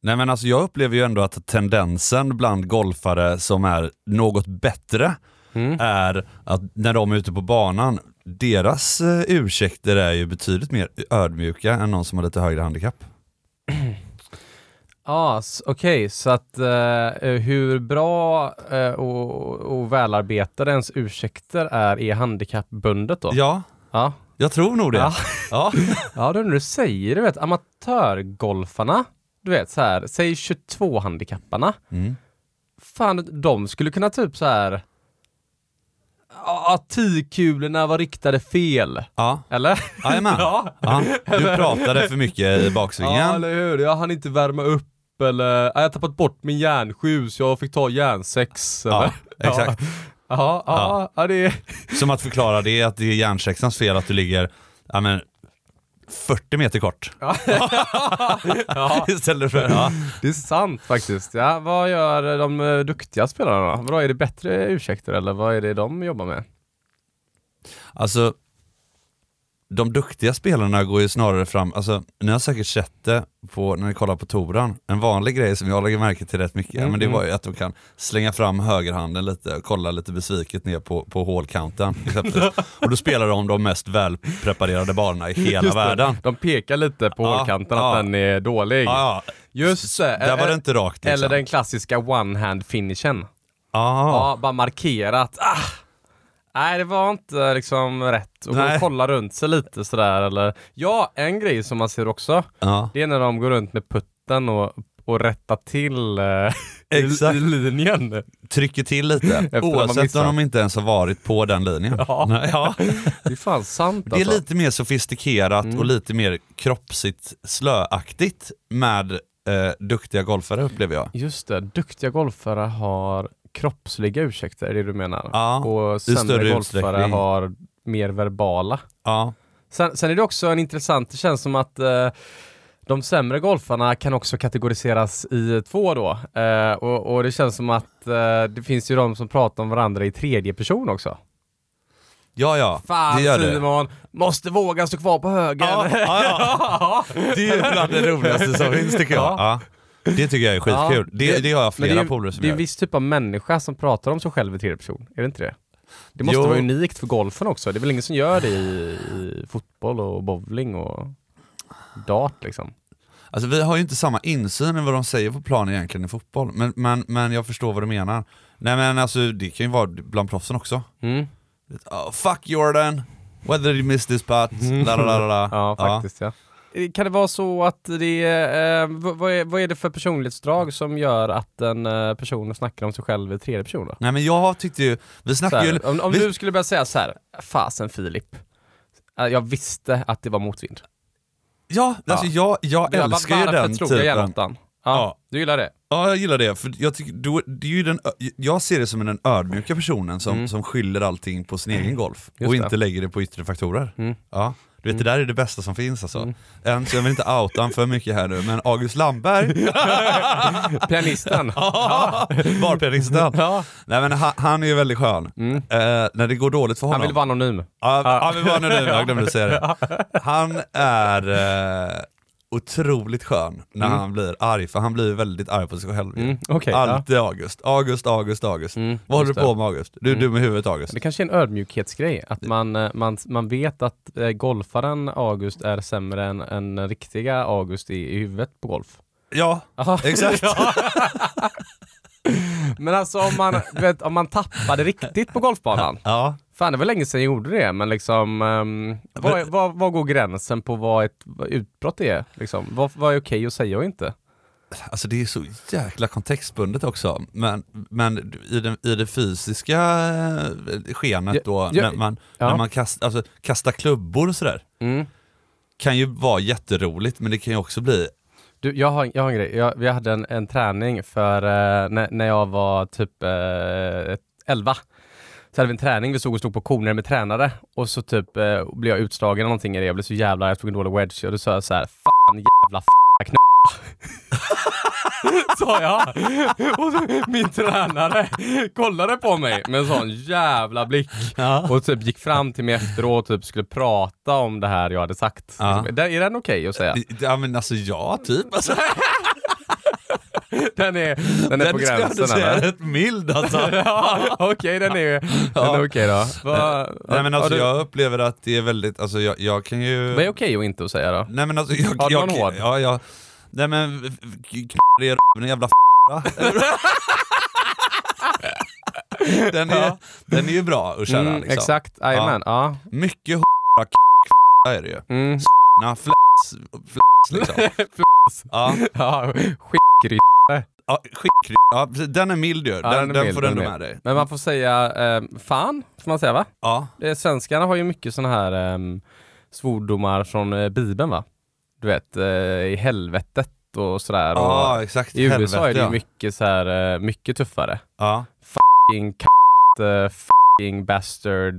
Nej, men alltså jag upplever ju ändå att tendensen bland golfare som är något bättre är att när de är ute på banan, deras ursäkter är ju betydligt mer ödmjuka än någon som har lite högre handikapp. Ja, okej. Så att hur bra och välarbetade ens ursäkter är handikappbundet då? Ja, jag tror nog det. Ja, ja då när du säger, du vet, amatörgolfarna, du vet så här, säg 22-handikapparna. Fan, de skulle kunna typ så här 10-kulorna var riktade fel. Ja. Eller? Jajamän. Ja. Du pratade för mycket i baksvingen. Ja, eller hur? Jag hann inte värma upp, eller jag har tappat bort min järnsju så jag fick ta järnsex. Ja, exakt. Ja, det är... Som att förklara det, att det är järnsexans fel att du ligger 40 meter kort. Istället för... Ja. Det är sant faktiskt. Ja, vad gör de duktiga spelarna då? Vad är det bättre ursäkter eller vad är det de jobbar med? Alltså, de duktiga spelarna går ju snarare fram, alltså ni har säkert sett det på, när ni kollar på touran, en vanlig grej som jag lägger märke till rätt mycket, men det var ju att de kan slänga fram högerhanden lite och kolla lite besviket ner på hålcounten exempelvis. Och då spelar de mest välpreparerade banorna i hela världen. De pekar lite på hålkanten att den är dålig. Just det. Där var det inte rakt liksom. Eller den klassiska one-hand finishen. Bara markerat. Nej, det var inte liksom rätt. Och kolla runt sig lite sådär. Eller... Ja, en grej som man ser också. Det är när de går runt med putten och rättar till i linjen. Trycker till lite. Oavsett om de inte ens har varit på den linjen. Det är fan sant alltså. Det är lite mer sofistikerat och lite mer kroppsigt slöaktigt med duktiga golfare, upplever jag. Just det, duktiga golfare har kroppsliga ursäkter, är det du menar? Ja, och sämre golfare har mer verbala. Ja. Sen är det också en intressant, det känns som att de sämre golfarna kan också kategoriseras i två då. Och det känns som att det finns ju de som pratar om varandra i tredje person också. Ja, fan, det gör Simon, måste våga stå kvar på höger. Ja. Det är bland det roligaste som finns, tycker jag. Ja. Det tycker jag är skitkul. Det har jag flera polare som det är gör. en viss typ av människa som pratar om sig själv i tredje person. Är det inte det? Det måste vara unikt för golfen också. Det är väl ingen som gör det i fotboll och bowling och dart liksom. Alltså vi har ju inte samma insyn i vad de säger på plan egentligen i fotboll. Men jag förstår vad du menar. Nej, men alltså det kan ju vara bland proffsen också. Fuck Jordan, whether you missed this putt. Ja, faktiskt ja. Kan det vara så att det är, vad är det för personlighetsdrag som gör att en person snackar om sig själv i tredje person då? Nej, men jag tyckte ju, vi snackade ju... Om du skulle börja säga så här, fasen Filip, jag visste att det var motvind. Ja, alltså jag älskar ju den typen. Ja, du gillar det? Ja, jag gillar det, för jag tycker det är ju jag ser det som den ödmjuka personen som skyller allting på sin egen golf och inte lägger det på yttre faktorer. Ja. Du vet, det där är det bästa som finns alltså. Så jag vill inte outa han för mycket här nu, men August Lamberg pianisten. Barpianisten. Nej, men han är ju väldigt skön. När det går dåligt för honom. Han vill vara anonym. Han vill vara anonym, jag glömde säga det. Han är otroligt skön när han blir arg, för han blir väldigt arg på sig själv. Alltid August. Vad håller du på med, August? Du är dum i huvudet, August. Det kanske är en ödmjukhetsgrej, att man vet att golfaren August är sämre än en riktiga August i huvudet på golf. Ja, exakt. Men alltså om man tappade riktigt på golfbanan. Fan, det var länge sedan jag gjorde det, men liksom vad går gränsen på vad ett utbrott är? Liksom? Vad är okej att säga och inte? Alltså det är så jäkla kontextbundet också, men i det fysiska skenet då, när man kastar klubbor och sådär, kan ju vara jätteroligt, men det kan ju också bli... Du, jag har en grej. Vi hade en träning för när jag var typ 11. Så hade vi en träning, vi stod på koner med tränare. Och så typ blev jag utslagen eller någonting. Jag blev så jävla, jag tog en dålig wedge. Och då sa jag så här, fan jävla knä. Sa jag. Och så min tränare kollade på mig med en sån jävla blick. Och typ gick fram till mig efteråt och typ skulle prata om det här jag hade sagt. Är den okej att säga? Ja, men alltså typ. Alltså. Den är på gränsen. Den skulle jag säga rätt mild alltså. Ja, okej, den är okej då. Nej men alltså jag upplever att det är väldigt, alltså jag kan ju... Vad är okej och inte att säga då? Nej men alltså har du någon hård? Ja. Nej men det är en jävla den är ju bra att köra liksom. Exakt, amen. Ja. Mycket är det ju. Fläs liksom. Ja. Ja, skitkryt. Ja, ja, den är mild ju. Den får du ändå med dig. Men man får säga fan, får man säga va? Ja. Svenskarna har ju mycket såna här svordomar från Bibeln va? Du vet, i helvetet och sådär. Ja, exakt. I USA är det ju mycket så här, mycket tuffare. Ja. Fucking katt, fucking bastard.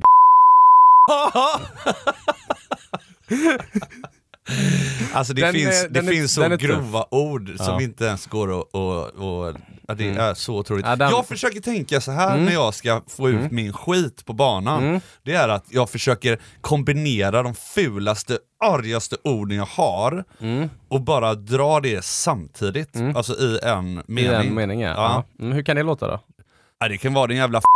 Alltså det finns så grova ord som inte ens går att det är så otroligt. Jag försöker tänka så här när jag ska få ut min skit på banan. Det är att jag försöker kombinera de fulaste, argaste orden jag har och bara dra det samtidigt. Alltså i en mening. I en mening, ja. Hur kan det låta då? Ja, det kan vara den jävla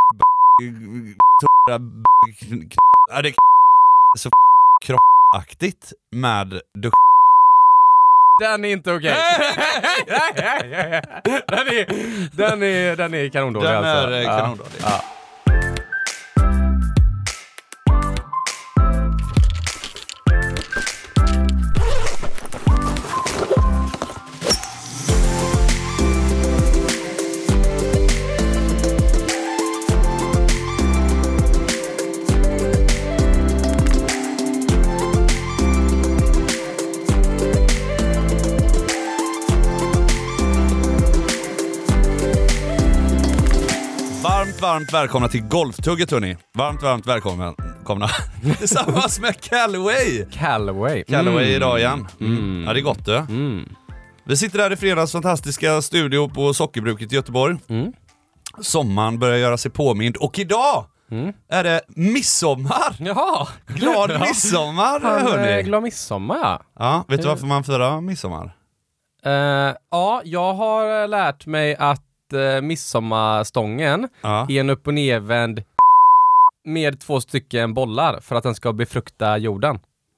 det är så kroppaktigt med Den är inte okej. Den är kanondålig alltså. Den är kanondålig. Ja. Varmt välkomna till Golftugget hörni. Varmt välkomna. Tillsammans med Callaway idag igen. Ja, det är gott du. Vi sitter här i fredags fantastiska studio på Sockerbruket i Göteborg. Sommaren börjar göra sig påmind och idag är det midsommar. Jaha. Glad midsommar hörni. Glad midsommar. Ja, vet du varför man firar midsommar? Ja, jag har lärt mig att midsommarstången är en upp- och nedvänd med 2 stycken bollar för att den ska befrukta jorden.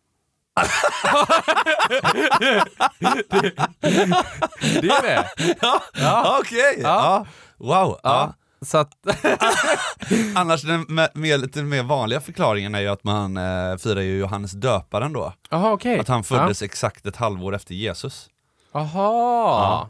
Det är det. Ja. Okej. Ja. Wow. Ja. Så att annars den lite mer vanliga förklaringen är ju att man firar ju Johannes döparen då. Aha, okay. Att han föddes exakt ett halvår efter Jesus. Aha.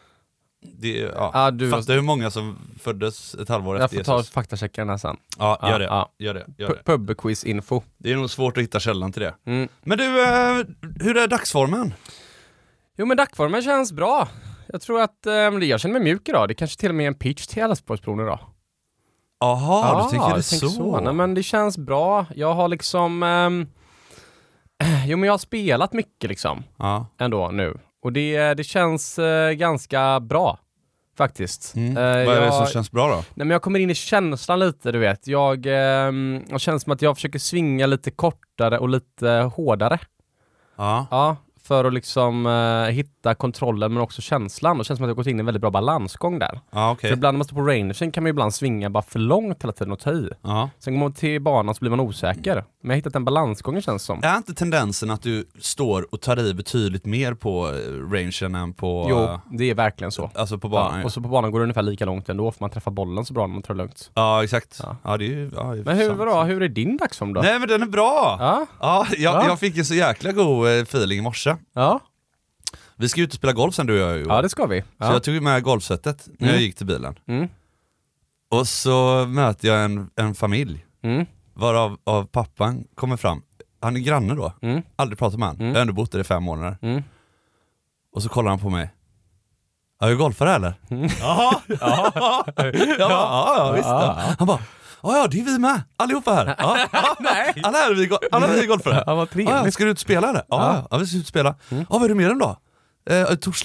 Fattar hur många som föddes ett halvår efter Jesus. Jag får ta faktachecken här sen. Ja, gör det. Pubquiz-info. Det är nog svårt att hitta källan till det. Men du, hur är dagsformen? Jo, men dagsformen känns bra. Jag tror att jag känner mig mjuk idag. Det kanske till och med är en pitch till Elfsborgsbron idag. Aha, du tänker det så. Nej, men det känns bra. Jag har liksom... men jag har spelat mycket liksom. Ändå nu. Och det känns ganska bra faktiskt. Vad är det som känns bra då? Nej, men jag kommer in i känslan lite, du vet. Jag känns som att jag försöker svinga lite kortare och lite hårdare. Ja, för att liksom hitta kontrollen men också känslan. Och det känns som att jag har gått in i en väldigt bra balansgång där. Okay. För ibland när man står på rangen kan man ibland svinga bara för långt hela tiden och ta i. Sen går man till banan så blir man osäker. Men jag har hittat en balansgång känns som. Är inte tendensen att du står och tar i betydligt mer på rangen än på... Jo, det är verkligen så. Alltså på banan. Ja. Och så på banan går det ungefär lika långt ändå för man träffar bollen så bra när man tar det lugnt. Ja, exakt. Ja, det är ju... Ja, men hur är din dagsform då? Nej, men den är bra! Jag fick en så jäkla god feeling i morse. Ja. Vi ska ut och spela golf sen du och jag. Ja, det ska vi. Så jag tog med golfsättet när jag gick till bilen. Och så möter jag en familj. Varav pappan kommer fram. Han är granne då. Aldrig pratat med han. Jag har ändå bott där i 5 månader. Och så kollar han på mig. Är du golfare eller? Ja, visst. Han bara, ja, det är vi med. Allihopa här. Nej. Alla är vi golfare. Ja, vad trevligt. Ska du ut och spela eller? Ja, vi ska ut och spela. Vad är du med den då? Torslanda.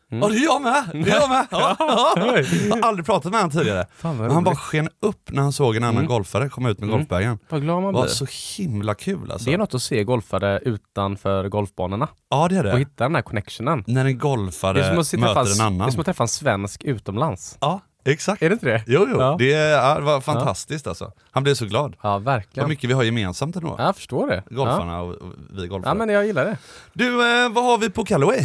Ja, det är jag med! Det är jag med! Ja. Jag har aldrig pratat med honom tidigare. Men han bara sken upp när han såg en annan golfare komma ut med golfbägen. Vad glad man blir. Det var så himla kul alltså. Det är något att se golfare utanför golfbanorna. Ja, det är det. Och hitta den här connectionen. När en golfare möter en annan. Det är som att träffa en svensk utomlands. Ja, exakt. Är det inte det? Jo. Ja. Det var fantastiskt alltså. Han blev så glad. Ja, verkligen. Vad mycket vi har gemensamt ändå. Jag förstår det. Golfarna och vi golfare. Ja, men jag gillar det. Du, vad har vi på Callaway?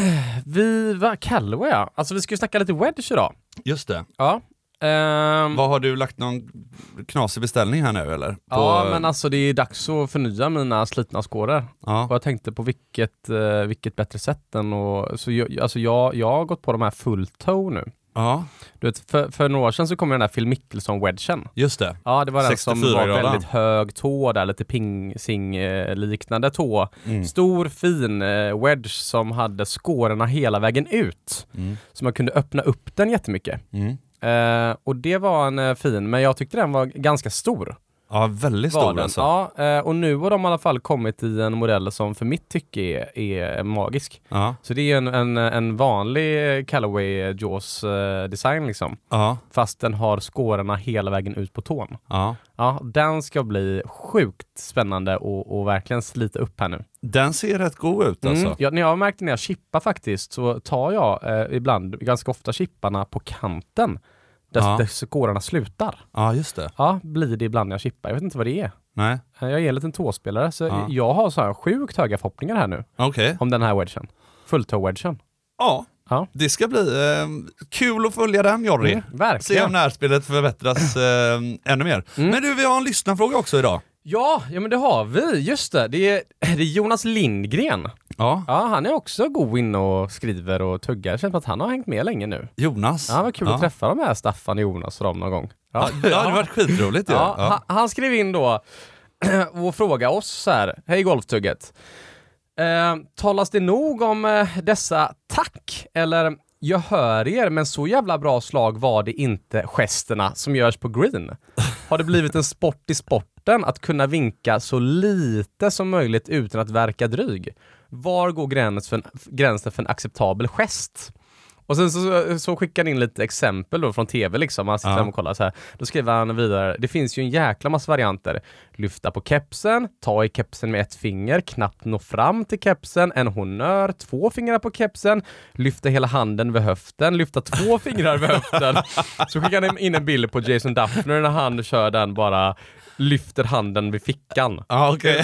Callaway, ja. Alltså vi ska ju snacka lite wedge idag. Just det. Ja. Vad har du lagt någon knasig beställning här nu eller? Ja, men alltså det är dags att förnya mina slitna skåror. Ja. Och jag tänkte på vilket bättre sätt än så jag har gått på de här full toe nu. Ja. Du vet, för några år sedan så kom den där Phil Mickelson-wedgen. Just det. Ja, det var den som var väldigt hög tå där, lite ping-sing-liknande tå. Stor, fin wedge som hade skårorna hela vägen ut. Så man kunde öppna upp den jättemycket. Och det var en fin, men jag tyckte den var ganska stor. Ja, väldigt stor alltså. Ja, och nu har de i alla fall kommit i en modell som för mitt tycke är magisk. Ja. Så det är en vanlig Callaway Jaws design liksom. Ja. Fast den har skårorna hela vägen ut på tån. Ja. Ja, den ska bli sjukt spännande och verkligen slita upp här nu. Den ser rätt god ut alltså. Ja, när jag har märkt när jag chippar faktiskt så tar jag ibland, ganska ofta chipparna på kanten. Där skårorna slutar. Ja, just det. Ja, blir det ibland när jag chippar. Jag vet inte vad det är. Nej. Jag är en liten tåspelare så jag har så här sjukt höga förhoppningar här nu. Okej. Om den här wedgen. Fullttoe-wedgen. Ja. Det ska bli kul att följa den, Jorri. Verkligen. Se om närspelet förbättras ännu mer. Men du, vi har en lyssnarfråga också idag. Ja, men det har vi. Just det. Det är Jonas Lindgren. Ja, han är också god in och skriver och tuggar. Det känns som att han har hängt med länge nu. Jonas. Ja, vad kul att träffa de här Staffan och Jonas och dem någon gång. Ja, det har varit skitroligt. Han skrev in då och frågade oss så här. Hej Golftugget. Talas det nog om dessa tack? Eller jag hör er, men så jävla bra slag var det inte gesterna som görs på green. Har det blivit en sport i sporten att kunna vinka så lite som möjligt utan att verka dryg? Var går gränsen för en acceptabel gest? Och sen så skickar han in lite exempel då från tv liksom. Han sitter och kollar så här. Då skriver han vidare. Det finns ju en jäkla massa varianter. Lyfta på kepsen, ta i kepsen med ett finger, knappt nå fram till kepsen, en honnör, 2 fingrar på kepsen, lyfta hela handen vid höften, lyfta 2 fingrar vid höften. Så skickar han in en bild på Jason Duffner när han kör den bara lyfter handen vid fickan. Okej.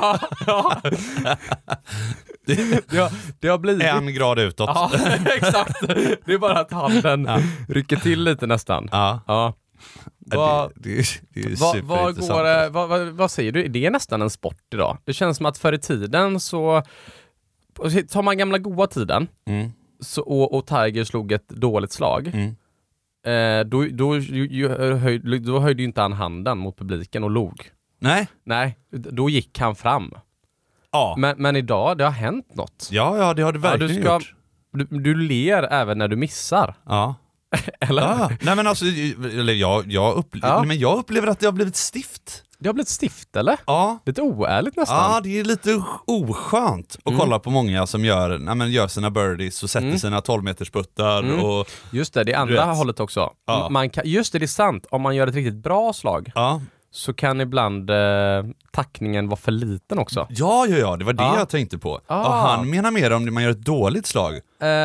Det har blivit 1 grad utåt. Ja, exakt. Det är bara att handen rycker till lite nästan. Ja. Det är superintressant. Vad säger du? Det är nästan en sport idag. Det känns som att förr i tiden så tar man gamla goda tiden och Tiger slog ett dåligt slag. Då höjde ju inte han handen mot publiken och log. Nej, då gick han fram. Ja. Men idag, det har hänt något. Ja, det har det verkligen gjort. Du ler även när du missar. Ja. Eller? Ja. Nej men alltså, jag upplever att det har blivit stift. Det har blivit stift, eller? Ja. Lite oärligt nästan. Ja, det är lite oskönt att kolla på många som gör sina birdies och sätter sina 12-metersputtar. Och just det är andra hållet också. Ja. Just det är sant. Om man gör ett riktigt bra slag så kan ibland tackningen vara för liten också. Ja, det var det jag tänkte på. Och han menar mer om man gör ett dåligt slag.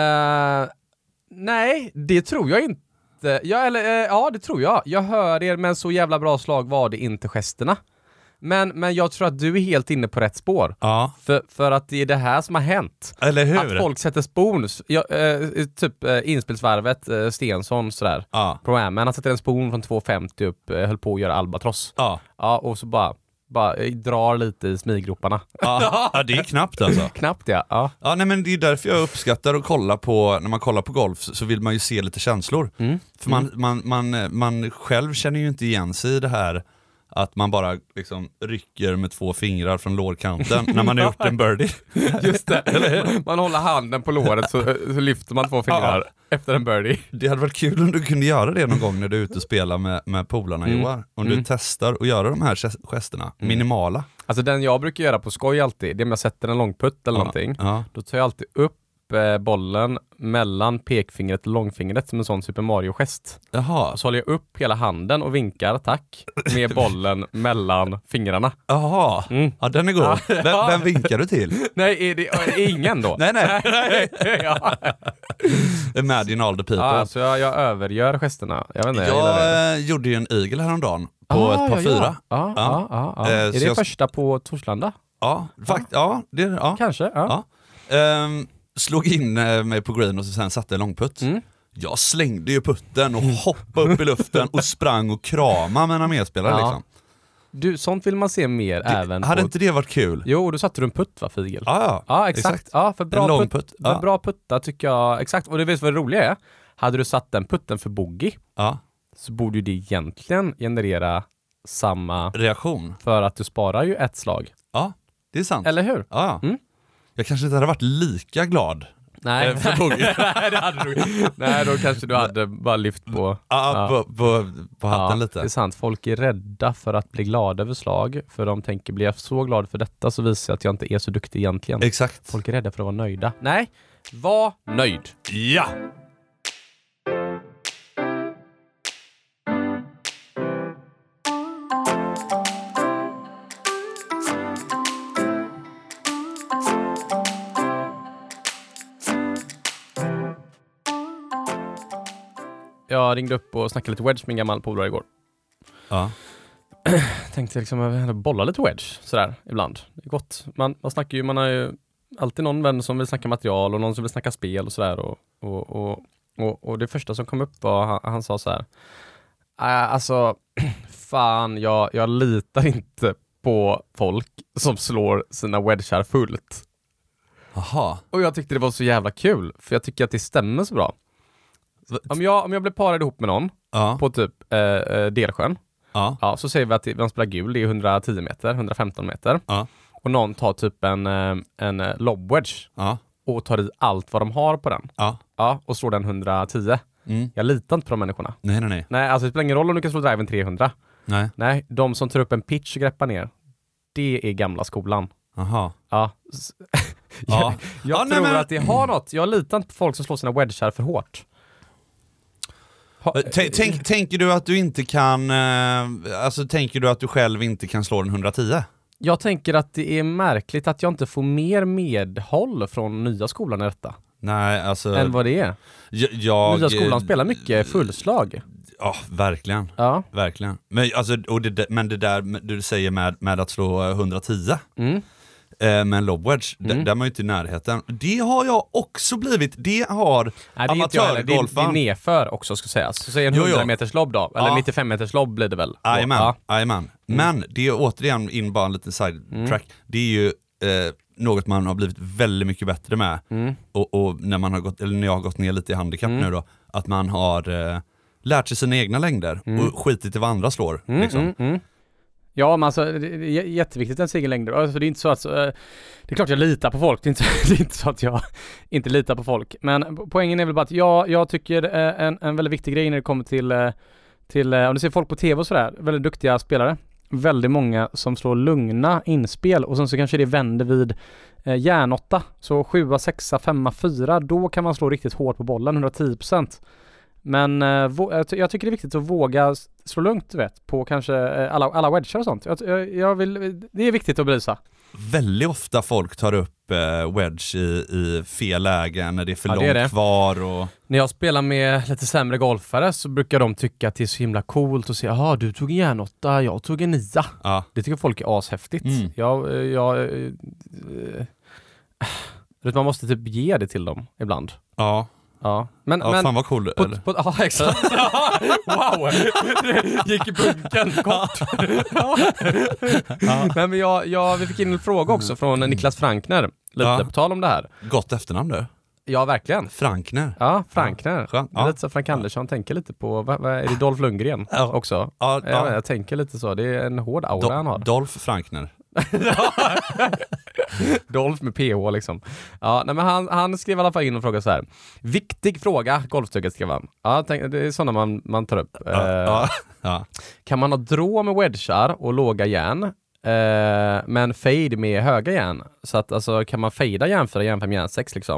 Nej, det tror jag inte. Det tror jag. Jag hör er, men så jävla bra slag var det inte gesterna. Men jag tror att du är helt inne på rätt spår. Ja. För att det är det här som har hänt. Eller hur? Att folk sätter spons. Inspelsvarvet, Stensson sådär. Ja. Pro-Am, han sätter en spon från 2,50 upp, höll på att göra albatross. Ja. Ja, och så bara drar lite i smilgroparna. Ja, det är knappt alltså. Knappt, ja. Ja, nej, men det är därför jag uppskattar att kolla på, när man kollar på golf så vill man ju se lite känslor. För man själv känner ju inte igen sig i det här att man bara liksom rycker med 2 fingrar från lårkanten när man har gjort en birdie. Just det. Man håller handen på låret så lyfter man 2 fingrar efter en birdie. Det hade varit kul om du kunde göra det någon gång när du är ute och spelar med polarna, Joar. Om du testar att göra de här gesterna, minimala. Alltså den jag brukar göra på skoj alltid, det är om jag sätter en långputt eller någonting. Då tar jag alltid upp bollen mellan pekfingret och långfingret som en sån Super Mario-gest. Jaha. Så håller jag upp hela handen och vinkar tack med bollen mellan fingrarna. Jaha, ja den är god. Vem vinkar du till? Nej, är det ingen då? nej. Ja. Imagine all the people. Ja, så jag övergör gesterna. Jag vet inte, jag gjorde ju en eagle häromdagen på ett par fyra. Är det första på Torslanda? Ja, Kanske. Ja. Slog in mig på green och sen satte en långputt. Jag slängde ju putten och hoppade upp i luften och sprang och kramade mina medspelare liksom. Du, sånt vill man se mer även hade inte det varit kul? Jo, då satte du en putt va, Figel? Ja, exakt. Ja, för bra putta tycker jag, exakt. Och det vet vad det roliga är? Hade du satt den putten för bogey, så borde ju det egentligen generera samma reaktion. För att du sparar ju ett slag. Ja, det är sant. Eller hur? Ja. Jag kanske inte hade varit lika glad. Nej, för bogey. Nej, det hade du. Nej, då kanske du hade bara lyft på på hatten lite. Det är sant. Folk är rädda för att bli glada över slag. För de tänker, blir jag så glad för detta så visar jag att jag inte är så duktig egentligen. Exakt. Folk är rädda för att vara nöjda. Nej, var nöjd. Ja! Jag ringde upp och snackade lite wedge med min gammal polare igår. Ja. Tänkte liksom bolla lite wedge sådär ibland. Det är gott. Man snackar ju, man har ju alltid någon vän som vill snacka material och någon som vill snacka spel och sådär. Och det första som kom upp var, han sa så här: alltså, fan, jag litar inte på folk som slår sina wedgar fullt. Aha. Och jag tyckte det var så jävla kul, för jag tycker att det stämmer så bra. Om jag blir parad ihop med någon på typ Delsjön, så säger vi att de spelar gul, det är 110 meter, 115 meter. Och någon tar typ en lob wedge och tar i allt vad de har på den. Och slår den 110. Jag litar inte på de människorna. Nej. Nej, alltså det spelar ingen roll om du kan slå driven 300. Nej, de som tar upp en pitch och greppar ner, det är gamla skolan. Aha. Jag tror att det har något. Jag litar inte på folk som slår sina wedgar för hårt. Tänker du att du inte kan, tänker du att du själv inte kan slå den 110? Jag tänker att det är märkligt att jag inte får mer medhåll från nya skolan i detta. Nej, alltså än vad det är. Nya skolan spelar mycket fullslag. Ja, verkligen. Ja. Verkligen. Men alltså, men det där du säger med att slå 110 med en lob wedge, där är man ju inte i närheten. Det har jag också blivit. Det har amatörgolfan. Det är nedför också, ska sägas. Så säg en 100 meters lob då. Eller 95 meters lob blir det väl. Jajamän. Men det är återigen in bara en liten sidetrack. Det är ju något man har blivit väldigt mycket bättre med. Och när man har gått, eller när jag har gått ner lite i handikapp nu då, att man har lärt sig sina egna längder och skitit i vad andra slår. Liksom. Ja, men alltså det är jätteviktigt en segellängder. Alltså, det är inte så att det är klart jag litar på folk. Det är inte så att jag inte litar på folk. Men poängen är väl bara att jag tycker en väldigt viktig grej när det kommer till om du ser folk på tv och sådär, väldigt duktiga spelare. Väldigt många som slår lugna inspel och sen så kanske det vänder vid järn-8. Så 7, 6, 5, 4, då kan man slå riktigt hårt på bollen, 110%. Men jag tycker det är viktigt att våga slå lugnt, du vet, på kanske alla wedgar och sånt. Det är viktigt att belysa. Väldigt ofta folk tar upp wedge i fel lägen när det är för långt kvar. Och... När jag spelar med lite sämre golfare så brukar de tycka att det är så himla coolt att se, jaha, du tog en järn-8, jag tog en 9. Det tycker folk är ashäftigt. Man måste typ ge det till dem ibland. Ja, men fan vad cool. Ja, exakt. Wow. Gick i bunken kort. Nej, men vi fick in en fråga också från Niklas Frankner. Lite på tal om det här. Gott efternamn du. Ja, verkligen. Frankner. Ja, Frankner. Ja. Lite så Frank Andersson tänker lite på, vad är det, Dolph Lundgren också? Ja. Jag tänker lite så. Det är en hård aura han har. Dolph Frankner. Dolph med PH liksom. Ja, nej, men han skrev i alla fall in och frågade så här: viktig fråga, golfstuget skrev han. Ja, det är sådana man tar upp. Kan man ha drå med wedgar och låga järn, men fade med höga järn? Så att alltså, kan man fada järn 4, järn 5, järn 6 liksom,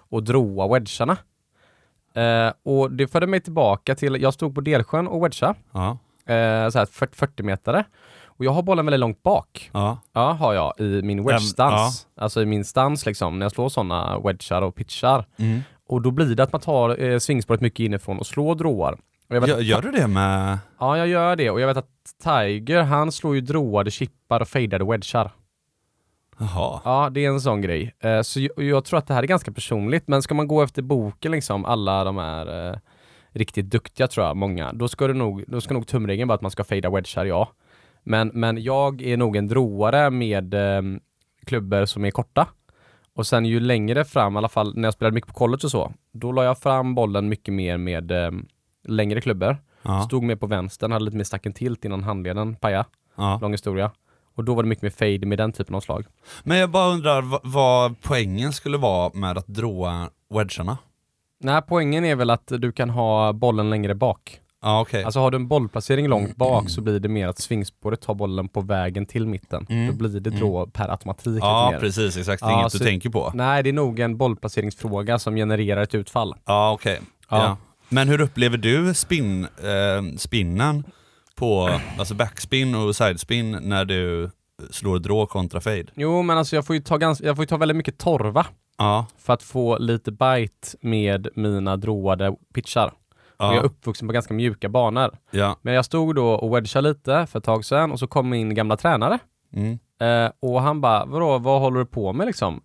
och droa wedgarna. Och det förde mig tillbaka till, jag stod på Delsjön och wedga. Ja. Så här 40 meter. Och jag har bollen väldigt långt bak. Ja. Ja, har jag i min wedge-stans. Alltså i min stans liksom, när jag slår sådana wedgar och pitchar. Och då blir det att man tar svingspåret mycket inifrån och slår droar. Gör du det med? Ja, jag gör det. Och jag vet att Tiger, han slår ju droade chippar och fejdade wedgar. Jaha. Ja, det är en sån grej. Så jag tror att det här är ganska personligt. Men ska man gå efter boken liksom, alla de här riktigt duktiga tror jag, många. Då ska nog tumregeln vara att man ska fejda wedgar, ja. Men jag är nog en droare med klubbor som är korta. Och sen ju längre fram, i alla fall när jag spelade mycket på college och så, då la jag fram bollen mycket mer med längre klubbor. Ja. Stod mer på vänstern, hade lite mer stacken tilt innan handleden paja. Ja. Lång historia. Och då var det mycket mer fade med den typen av slag. Men jag bara undrar vad poängen skulle vara med att dråa wedgarna? Nej, poängen är väl att du kan ha bollen längre bak. Ja, okej. Alltså har du en bollplacering långt bak så blir det mer att svingspåret tar bollen på vägen till mitten. Då blir det drå per automatik. Ja, lite mer. Precis, exakt. Det är inget du tänker på. Nej, det är nog en bollplaceringsfråga som genererar ett utfall. Ja, okej. Ja. Men hur upplever du spinnen på alltså backspin och sidespin när du slår drå kontra fade? Jo, men alltså jag får ju ta väldigt mycket torva för att få lite bite med mina droade pitchar. Och jag är uppvuxen på ganska mjuka banor. Ja. Men jag stod då och wedgade lite för ett tag sedan och så kom min gamla tränare. Och han bara, vad håller du på med liksom?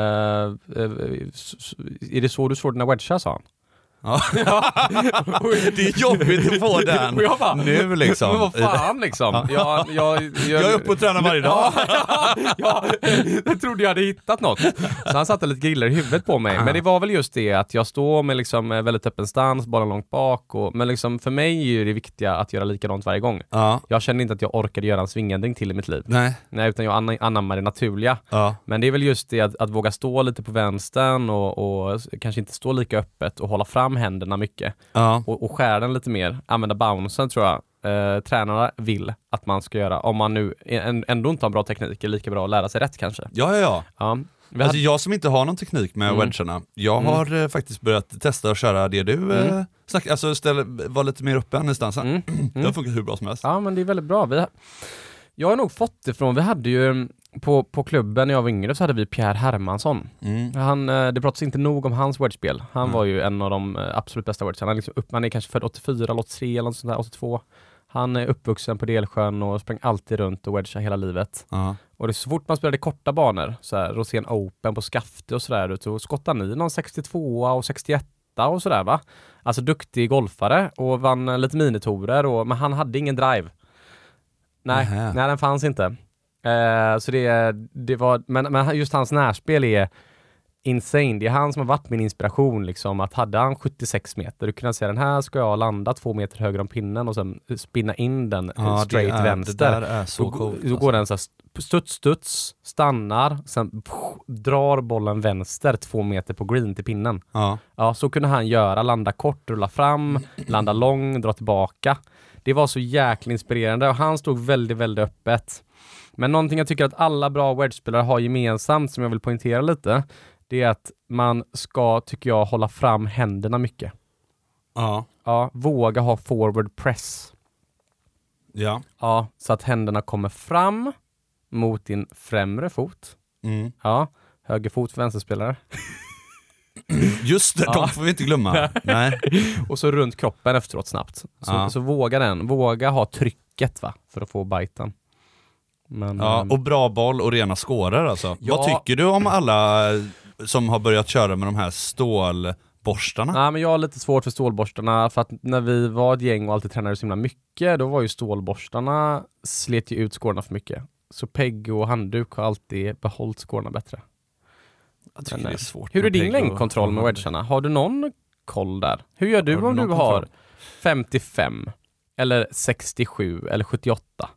Är det så du slår dina wedgar, sa han. Ja. Det är jobbigt att få den bara, nu liksom. Men vad fan liksom. Jag är uppe och tränar varje dag. Jag trodde jag hade hittat något. Så han satte lite griller i huvudet på mig. Men det var väl just det att jag står med liksom väldigt öppen stans, bara långt bak. Men liksom för mig är ju det viktiga att göra likadant varje gång. Jag kände inte att jag orkade göra en svingändring till i mitt liv. Nej, utan jag anammar det naturliga. Men det är väl just det att våga stå lite på vänstern och kanske inte stå lika öppet och hålla fram händerna mycket. Och skära den lite mer. Använda bouncen tror jag. Tränarna vill att man ska göra. Om man nu ändå inte har bra teknik, är lika bra att lära sig rätt kanske. Ja. Alltså jag som inte har någon teknik med wedgarna, jag har faktiskt börjat testa att köra det du snackar, alltså vara lite mer uppe än distansen. Det har funkat hur bra som helst. Ja, men det är väldigt bra. Jag har nog fått ifrån, vi hade ju på klubben när jag var yngre så hade vi Pierre Hermansson. Det pratas inte nog om hans wedgespel. Han var ju en av de absolut bästa wedgarna. Han är kanske född 84 eller 83 eller något sånt där, 82. Han är uppvuxen på Delsjön och sprang alltid runt och wedgade hela livet. Och det är så fort man spelade korta banor, så här Rosén Open på Skafte och sådär, så skottade ni någon 62 och 61 och sådär, va? Alltså duktig golfare och vann lite minitorer, men han hade ingen drive. Nej, den fanns inte. Så det var, men just hans närspel är insane. Det är han som har varit min inspiration liksom, att hade han 76 meter, du kunde säga den här ska jag landa 2 meter höger om pinnen och sen spinna in den straight vänster. Det där är så coolt. Då går den så här studs, stannar, sen drar bollen vänster 2 meter på green till pinnen. Ja, så kunde han göra, landa kort, rulla fram, landa lång, dra tillbaka. Det var så jäkla inspirerande och han stod väldigt, väldigt öppet. Men någonting jag tycker att alla bra wedge-spelare har gemensamt, som jag vill poängtera lite, det är att man ska, tycker jag, hålla fram händerna mycket. Ja, våga ha forward press. Ja, så att händerna kommer fram mot din främre fot. Ja, höger fot för vänsterspelare. Just det, de får vi inte glömma. Nej. Och så runt kroppen efteråt snabbt. Så våga ha trycket, va, för att få biten. Men, och bra boll och rena skårar alltså. Ja. Vad tycker du om alla som har börjat köra med de här stålborstarna? Nej, men jag har lite svårt för stålborstarna, för att när vi var ett gäng och alltid tränade så himla mycket, då var ju stålborstarna slet ju ut skårarna för mycket. Så pegg och handduk har alltid behållit skårarna bättre. Jag tycker det är svårt. Hur är din längdkontroll med wedgarna? Har du någon koll där? Hur gör du om du har 55 eller 67 eller 78?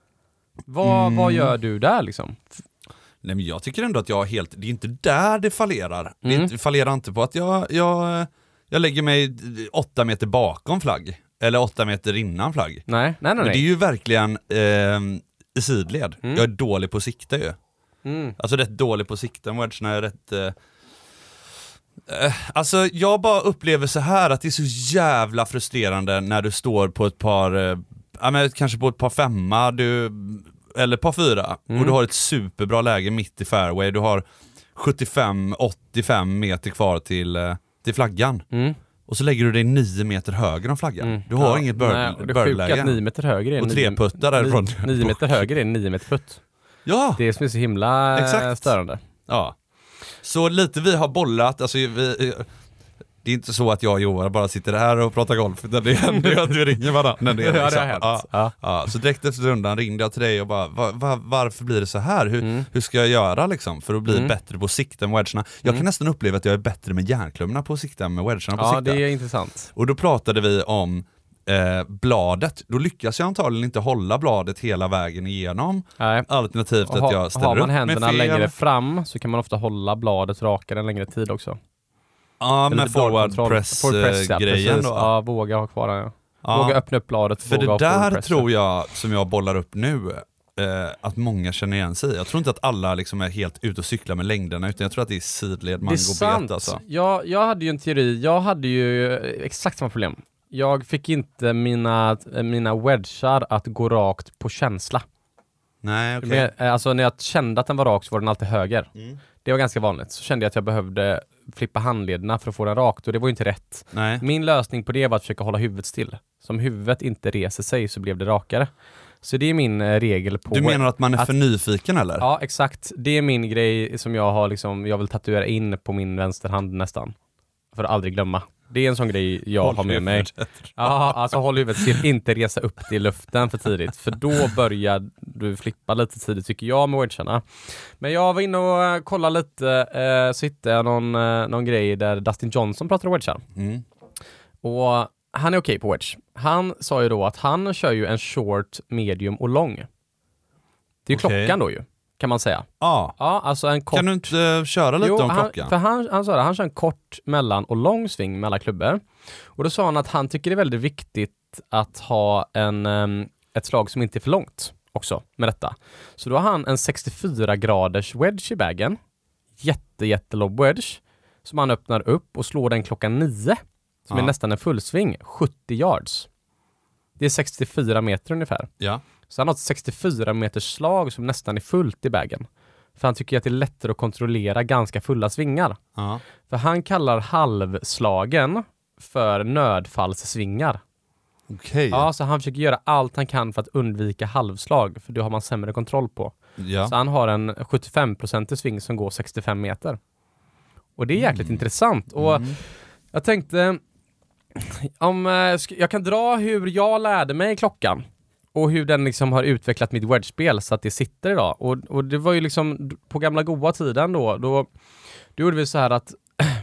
Vad gör du där liksom? Nej, men jag tycker ändå att jag det är inte där det fallerar. Det fallerar inte på att jag lägger mig 8 meter bakom flagg eller 8 meter innan flagg. Nej. Men det är ju verkligen i sidled. Jag är dålig på sikte ju. Alltså rätt dålig på sikten. Wedgarna är rätt Alltså jag bara upplever så här att det är så jävla frustrerande när du står på ett par, kanske på ett par 5 eller par 4 och du har ett superbra läge mitt i fairway. Du har 75-85 meter kvar till flaggan. Och så lägger du dig 9 meter högre än flaggan. Du har inget birdläge. Att 9 meter högre är och 3 puttar därifrån. 9 meter högre är 9 meter putt. Ja. Det är som är så himla störande. Ja. Så lite vi har bollat, alltså det är inte så att jag och Johan bara sitter här och pratar golf, utan det händer ju att vi ringer varandra. Det har hänt. Så direkt efter rundan ringde jag till dig och bara, varför blir det så här? Hur ska jag göra liksom, för att bli bättre på att sikta med wedgerna? Jag kan nästan uppleva att jag är bättre med järnklubborna på att sikta med wedgerna på att sikta. Ja, det är intressant. Och då pratade vi om bladet. Då lyckas jag antagligen inte hålla bladet hela vägen igenom. Nej. Alternativt att jag ställer upp med fel. Har man händerna längre fram så kan man ofta hålla bladet rakare en längre tid också. Ja, med forward press-grejen då. Ja, våga ha kvar den. Våga öppna upp bladet. För det där tror jag, som jag bollar upp nu, att många känner igen sig. Jag tror inte att alla liksom är helt ute och cyklar med längderna, utan jag tror att det är sidled, mango, bet alltså. Jag hade ju en teori. Jag hade ju exakt samma problem. Jag fick inte mina wedgar att gå rakt på känsla. Nej, okej. Alltså när jag kände att den var rak så var den alltid höger. Det var ganska vanligt. Så kände jag att jag behövde flippa handlederna för att få den rakt, och det var ju inte rätt. Nej. Min lösning på det var att försöka hålla huvudet still. Så om huvudet inte reser sig så blev det rakare. Så det är min regel på... Du menar att man är för nyfiken eller? Ja, exakt. Det är min grej som jag har jag vill tatuera in på min vänsterhand nästan. För att aldrig glömma. Det är en sån grej jag har med mig. Ja, alltså håll huvudet still, inte resa upp till luften för tidigt. För då börjar du flippa lite tidigt, tycker jag, med wedgarna. Men jag var inne och kollade lite, så hittade jag någon grej där Dustin Johnson pratar om wedgar. Och han är okej på wedge. Han sa ju då att han kör ju en short, medium och lång. Det är ju klockan då ju, kan man säga. Ja, alltså en kort... Kan du inte köra lite om klockan? För han sa det, han kör en kort, mellan och lång sving med alla klubbor. Och då sa han att han tycker det är väldigt viktigt att ha ett slag som inte är för långt också med detta. Så då har han en 64-graders wedge i bagen. Jättelob wedge. Som han öppnar upp och slår den klockan 9. Som är nästan en fullsving. 70 yards. Det är 64 meter ungefär. Ja. Så han har ett 64 meters slag som nästan är fullt i bagen. För han tycker att det är lättare att kontrollera ganska fulla svingar. För han kallar halvslagen för nödfallssvingar. Okej. Ja, så han försöker göra allt han kan för att undvika halvslag. För det har man sämre kontroll på. Ja. Så han har en 75% sving som går 65 meter. Och det är jäkligt intressant. Och jag tänkte, om jag kan dra hur jag lärde mig klockan. Och hur den liksom har utvecklat mitt wedge-spel så att det sitter idag. Och det var ju liksom på gamla goda tiden då gjorde vi så här att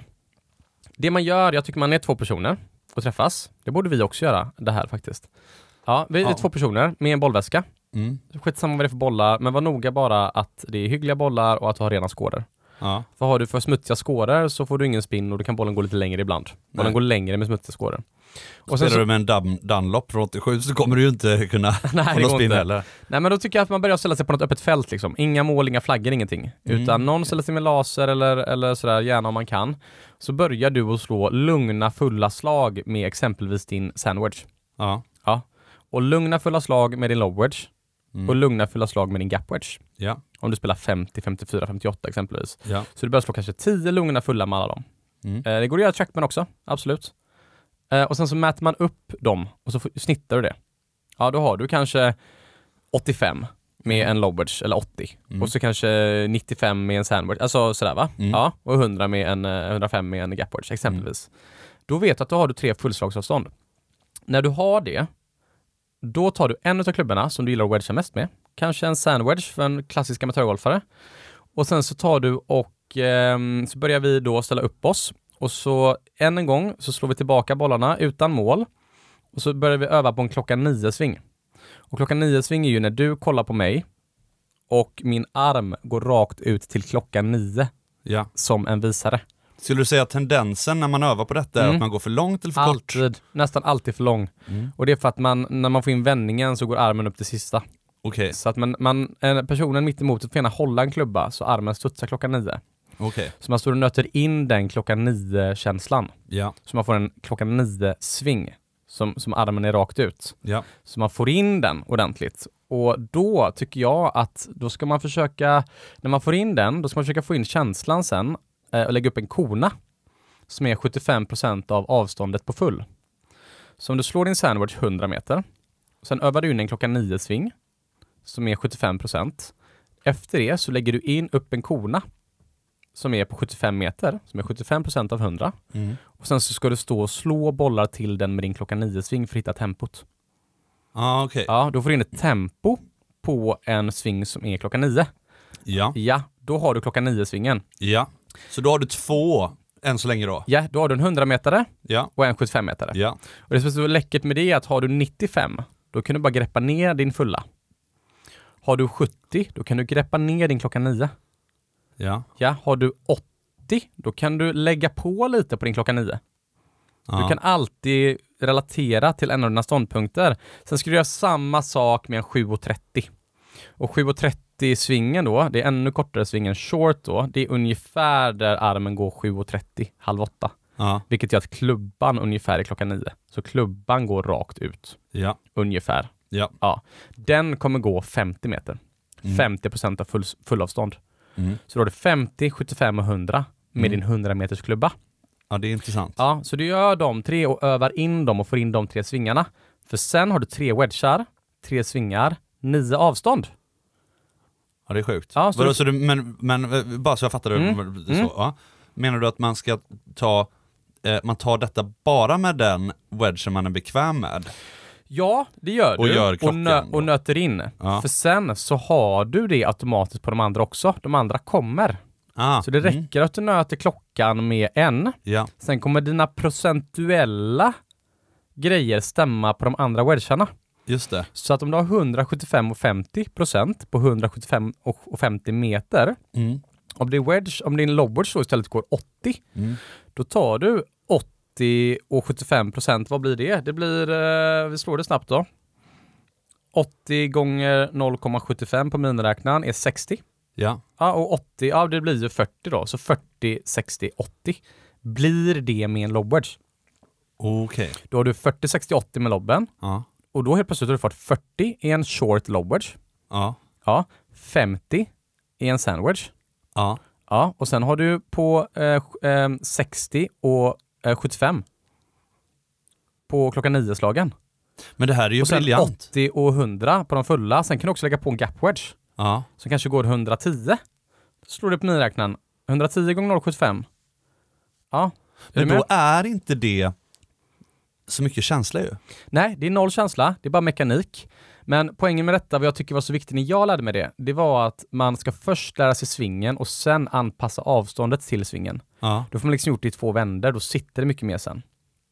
det man gör, jag tycker man är 2 personer och träffas. Det borde vi också göra, det här faktiskt. Ja, vi är 2 personer med en bollväska. Skitsamma vad det är för bollar, men var noga bara att det är hyggliga bollar och att du har rena skåror. Ja. För har du för smutsiga skåror så får du ingen spinn och då kan bollen gå lite längre ibland. Bollen går längre med smutsiga skåror. Och spelar du med en Dunlop från 87 så kommer du ju inte kunna få någon spinn heller. Nej, men då tycker jag att man börjar ställa sig på något öppet fält liksom. Inga mål, inga flaggor, ingenting. Utan någon ställer sig med laser eller sådär, gärna om man kan. Så börjar du att slå lugna, fulla slag med exempelvis din sandwich. Ja. Och lugna, fulla slag med din lob wedge. Och lugna, fulla slag med din gap wedge. Ja. Om du spelar 50, 54, 58 exempelvis. Ja. Så du börjar slå kanske 10 lugna, fulla med alla dem. Det går att göra trackman också, absolut. Och sen så mäter man upp dem och så snittar du det. Ja, då har du kanske 85 med en lob wedge, eller 80. Och så kanske 95 med en sandwich, alltså sådär va? Ja, och 100 med 105 med en gap wedge exempelvis. Då vet du att då har du 3 fullslagsavstånd. När du har det, då tar du en av klubborna som du gillar att wedga mest med. Kanske en sandwich för en klassisk amatörgolfare. Och sen så tar du och så börjar vi då ställa upp oss. Och så en gång så slår vi tillbaka bollarna utan mål. Och så börjar vi öva på en klockan 9-sving. Och klockan 9-sving är ju när du kollar på mig och min arm går rakt ut till klockan 9 som en visare. Skulle du säga att tendensen när man övar på detta är att man går för långt eller för kort? Nästan alltid för lång. Och det är för att när man får in vändningen så går armen upp till sista. Okay. Så att personen mitt emot får gärna hålla en klubba så armen studsar klockan 9. Okay. Så man står och nöter in den klockan 9-känslan. Ja. Så man får en klockan 9-sving som armen är rakt ut. Ja. Så man får in den ordentligt. Och då tycker jag att då ska man försöka, när man får in den, då ska man försöka få in känslan sen och lägga upp en kona som är 75% av avståndet på full. Så om du slår din sandwich 100 meter, sen övar du in en klockan 9-sving som är 75%. Efter det så lägger du in upp en kona som är på 75 meter, som är 75% av 100. Och sen så ska du stå och slå bollar till den med din klockan 9-sving för att hitta tempot. Okay. Ja, då får du in ett tempo på en sving som är klockan 9. Ja. Ja, då har du klockan 9-svingen. Ja, så då har du 2 än så länge då? Ja, då har du en 100-metare och en 75-metare. Ja. Och det som är så läckert med det är att har du 95, då kan du bara greppa ner din fulla. Har du 70, då kan du greppa ner din klockan 9. Ja. Ja, har du 80, då kan du lägga på lite på din klockan 9. Ja. Du kan alltid relatera till en av dina ståndpunkter. Sen ska du göra samma sak med en 7,30. Och 7,30-svingen då, det är ännu kortare sving än short då. Det är ungefär där armen går 7,30, halv 8. Ja. Vilket gör att klubban ungefär är klockan 9. Så klubban går rakt ut. Ja. Ungefär. Ja. Ja. Den kommer gå 50 meter. 50% av fullavstånd. Så då har du 50, 75 och 100 med din 100 meters klubba. Ja, det är intressant. Ja, så du gör de 3 och övar in dem och får in de 3 svingarna. För sen har du 3 wedgar, 3 svingar, 9 avstånd. Ja, det är sjukt. Ja, så så men bara så jag fattar det så. Ja. Menar du att man ska man tar detta bara med den wedge som man är bekväm med? Ja, det gör du. Och gör klockan. Och nöter in. Ja. För sen så har du det automatiskt på de andra också. De andra kommer. Så det räcker att du nöter klockan med en. Ja. Sen kommer dina procentuella grejer stämma på de andra wedgarna. Just det. Så att om du har 175 och 50% på 175 och 50 meter. Om din low wedge så istället går 80. Då tar du 80 och 75%. Vad blir det? Det blir, vi slår det snabbt då. 80 gånger 0,75 på miniräknaren är 60. Ja. Ja, och 80, ja det blir ju 40 då. Så 40, 60, 80 blir det med en lob wedge. Okej. Då har du 40, 60, 80 med lobben. Ja. Och då helt plötsligt har du fått 40 i en short lob wedge. Ja. Ja, 50 i en sandwich. Ja. Ja, och sen har du på 60 och 75 på klockan 9-slagen. Men det här är ju och sen briljant. 80 och 100 på de fulla. Sen kan du också lägga på en gap wedge. Ja. Som kanske går 110. Slår du på miniräknaren. 110 gånger 0,75. Ja. Men då är inte det så mycket känsla ju. Nej, det är noll känsla. Det är bara mekanik. Men poängen med detta, vad jag tycker var så viktigt när jag lärde mig det var att man ska först lära sig svingen och sen anpassa avståndet till svingen. Ja. Då får man liksom gjort det i 2 vändor. Då sitter det mycket mer sen.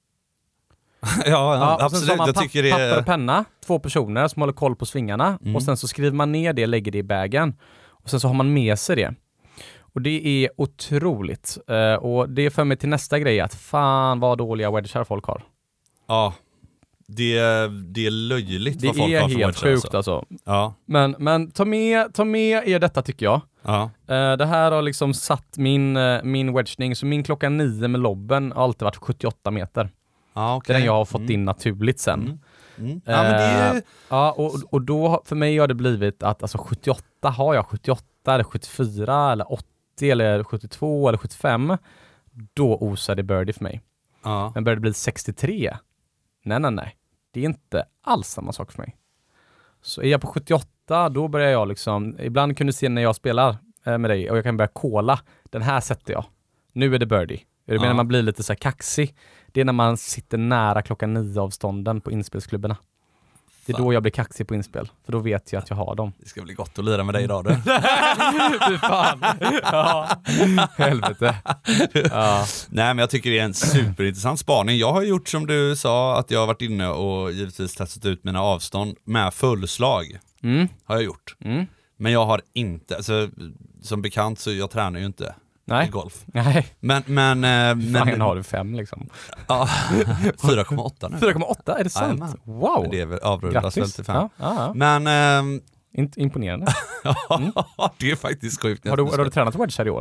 Ja, absolut. Sen jag tycker det är... papper och penna, 2 personer som håller koll på svingarna. Och sen så skriver man ner det, lägger det i bagen. Och sen så har man med sig det. Och det är otroligt. Och det för mig till nästa grej att fan vad dåliga wedgar folk har. Ja, det är löjligt vad folk har för wedgar. Det är helt sjukt alltså. Ja. Men ta med er detta tycker jag. Ja. Det här har liksom satt min wedgning. Så min klockan 9 med lobben har alltid varit 78 meter. Ja, okay. Det är den jag har fått in naturligt sen. Ja, men det är... ja, och då för mig har det blivit att alltså 78, har jag 78 eller 74 eller 80 eller 72 eller 75, då osar det birdie för mig. Ja. Men börjar det bli 63? Nej. Det är inte alls samma sak för mig. Så är jag på 78, då börjar jag liksom, ibland kan du se när jag spelar med dig och jag kan börja kolla. Den här sätter jag. Nu är det birdie. Är det när man blir lite så här kaxig? Det är när man sitter nära klockan 9 avstånden på inspelsklubborna. Det är då jag blir kaxig på inspel. För då vet jag att jag har dem. Det ska bli gott att lira med dig idag du. Fy fan. Ja. Helvete. Ja. Nej, men jag tycker det är en superintressant spaning. Jag har gjort som du sa, att jag har varit inne och givetvis testat ut mina avstånd med fullslag. Har jag gjort. Men jag har inte, alltså, som bekant så jag tränar ju inte. Nej. I golf. Nej. Men har du 5 liksom. Ja, 4,8 nu. 4,8, är det sant? Amen. Wow. Men det är väl avrundas väl till 5. Ja. Men imponerande. det är faktiskt sjukt. Har du tränat wedge här i år än?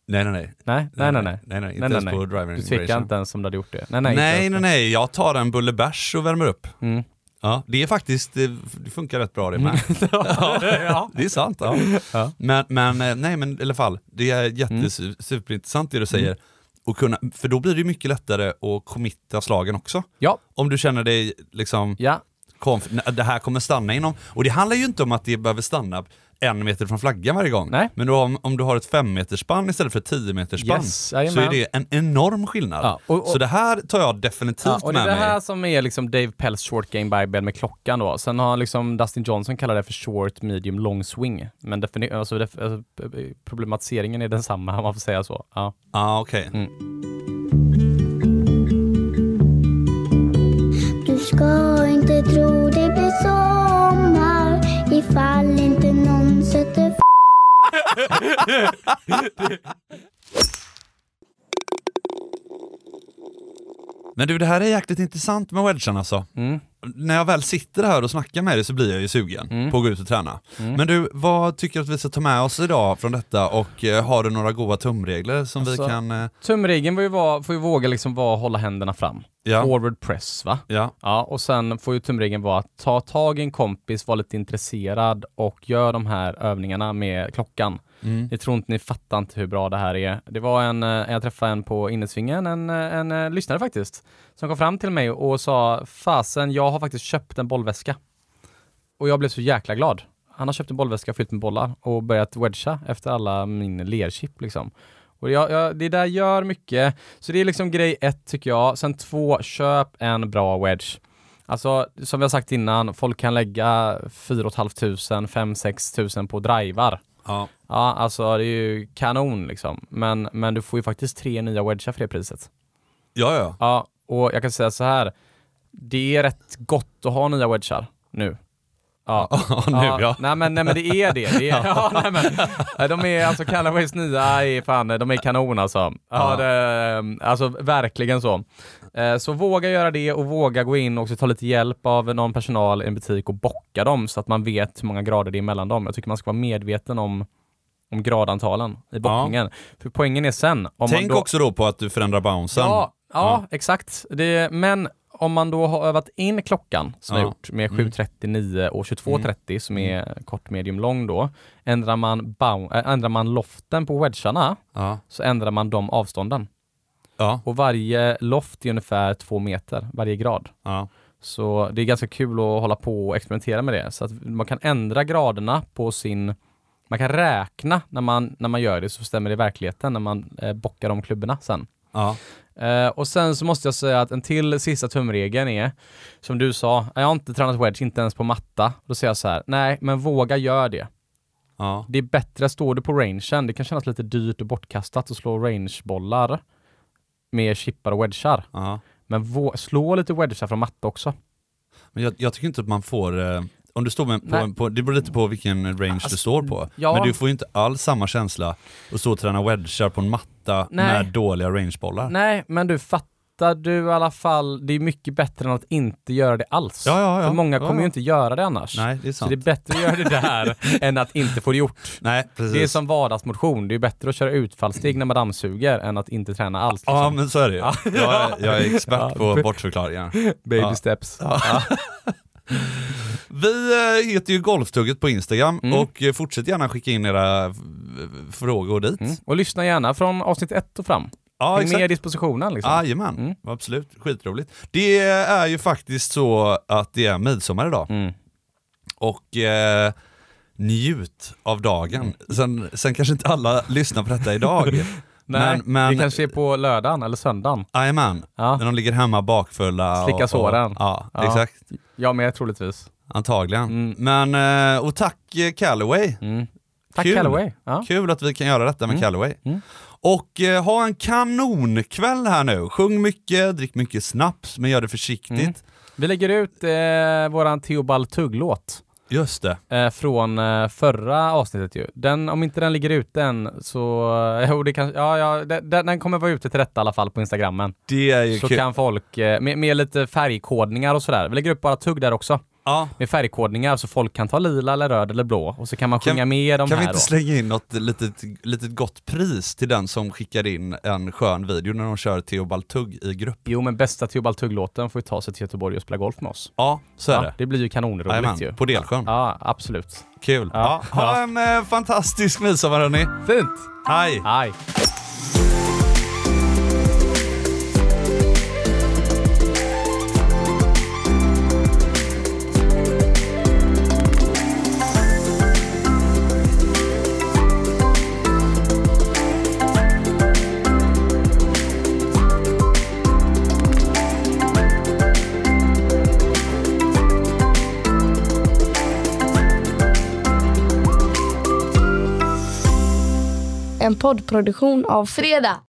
Nej. Inte ens på driving. Du tvekar inte ens om du hade gjort det. Nej. Jag tar en bulle bärs och värmer upp. Ja, det är faktiskt, det funkar rätt bra det med. Ja, det är sant. Ja. Men i alla fall, det är superintressant det du säger. Och för då blir det mycket lättare att committa slagen också. Ja. Om du känner dig liksom, det här kommer stanna inom. Och det handlar ju inte om att det behöver stanna 1 meter från flaggan varje gång. Nej. Men då, om du har ett 5 meters spann istället för 10 meters spann, så är det en enorm skillnad. Ja, så det här tar jag definitivt med mig. Och det är det här som är liksom Dave Pells short game Bible med klockan då. Sen har liksom Dustin Johnson kallar det för short, medium, long swing. Men problematiseringen är densamma om man får säga så. Ja, okej. Du ska inte tro det blir sommar ifall inte någon sätter Men du, det här är jäkligt intressant med wedgen alltså. När jag väl sitter här och snackar med dig så blir jag ju sugen på att gå ut och träna. Men du, vad tycker du att vi ska ta med oss idag från detta? Och har du några goda tumregler som vi kan... Tumregeln får ju våga liksom hålla händerna fram. Ja. Forward press, va? Ja. Och sen får ju tumregeln vara att ta tag i en kompis, vara lite intresserad och gör de här övningarna med klockan. Jag tror inte ni fattar inte hur bra det här är. Det var jag träffade en på Innesvingen, en lyssnare faktiskt, som kom fram till mig och sa, fasen, jag har faktiskt köpt en bollväska. Och jag blev så jäkla glad. Han har köpt en bollväska fyllt med bollar och börjat wedga efter alla min lerchip liksom. Och det där gör mycket. Så det är liksom grej 1 tycker jag. Sen 2, köp en bra wedge. Alltså som vi har sagt innan, folk kan lägga 4 500, 5-6 000 på drivar. Ja, alltså det är ju kanon liksom. Men du får ju faktiskt 3 nya wedgar för det priset. Ja, och jag kan säga så här. Det är rätt gott att ha nya wedgar nu. Nej men det är det. De är alltså Callaways nya de är kanon alltså. Alltså verkligen så. Så våga göra det och våga gå in och också ta lite hjälp av någon personal i en butik och bocka dem så att man vet hur många grader det är mellan dem. Jag tycker man ska vara medveten om gradantalen i bockningen. För poängen är sen tänk också då på att du förändrar bouncen. Ja, exakt. Men om man då har övat in klockan som jag gjort med 7.39 och 22.30 som är kort, medium, lång då, ändrar man loften på wedgarna så ändrar man de avstånden. Och varje loft är ungefär 2 meter, varje grad. Så det är ganska kul att hålla på och experimentera med det. Så att man kan ändra graderna på man kan räkna när man gör det, så stämmer det i verkligheten när man bockar de klubborna sen. Och sen så måste jag säga att en till sista tumregeln är, som du sa, jag har inte tränat wedge, inte ens på matta. Då säger jag så här, nej men våga gör det. Det är bättre, står du på rangen, det kan kännas lite dyrt och bortkastat att slå rangebollar med chippar och wedgar. Men slå lite wedgar från matta också. Men jag tycker inte att man får... Om du står på det beror lite på vilken range du står på. Men du får ju inte alls samma känsla att stå och träna wedgar på en matta med dåliga rangebollar. Nej, men du fattar du i alla fall, det är mycket bättre än att inte göra det alls. För många kommer ju inte göra det annars. Nej, det är sant. Så det är bättre att göra det där än att inte få det gjort. Nej, precis. Det är som vardagsmotion. Det är bättre att köra utfallssteg när man dammsuger än att inte träna alls. Liksom. Ja, men så är det ju. Jag är expert på bortförklaringar. Baby steps. Vi heter ju Golftugget på Instagram och fortsätt gärna skicka in era frågor dit. Och lyssna gärna från avsnitt 1 och fram. Ja, exakt. Med dispositionen liksom. Jajamän, absolut. Skitroligt. Det är ju faktiskt så att det är midsommar idag. Och njut av dagen. Sen kanske inte alla lyssnar på detta idag. Nej, men det kanske är på lördagen eller söndagen. Jajamän, när de ligger hemma bakfulla. Slicka såren. Exakt. Ja, men troligtvis. Antagligen. Men, och tack Callaway. Tack Callaway. Kul att vi kan göra detta med Callaway. Och ha en kanonkväll här nu. Sjung mycket, drick mycket snaps, men gör det försiktigt. Vi lägger ut våran Theobald Tugg-låt. Just det. Från förra avsnittet ju. Om inte den ligger ute än så... den kommer vara ute till detta i alla fall på Instagrammen. Det är ju så kul. Kan folk med lite färgkodningar och sådär. Vi lägger upp bara Tugg där också. med färgkodningar så folk kan ta lila eller röd eller blå och så kan man sjunga med de här. Kan vi inte slänga in något litet gott pris till den som skickar in en skön video när de kör Theobald Tugg i grupp? Jo, men bästa Theobald Tugg-låten får ju ta sig till Göteborg och spela golf med oss. Ja, så är det. Det blir ju kanonroligt ju. På Delsjön. Ja, absolut. Kul. Ha en fantastisk midsommar, hörni. Fint. Hej. Hej. En poddproduktion av Fredag.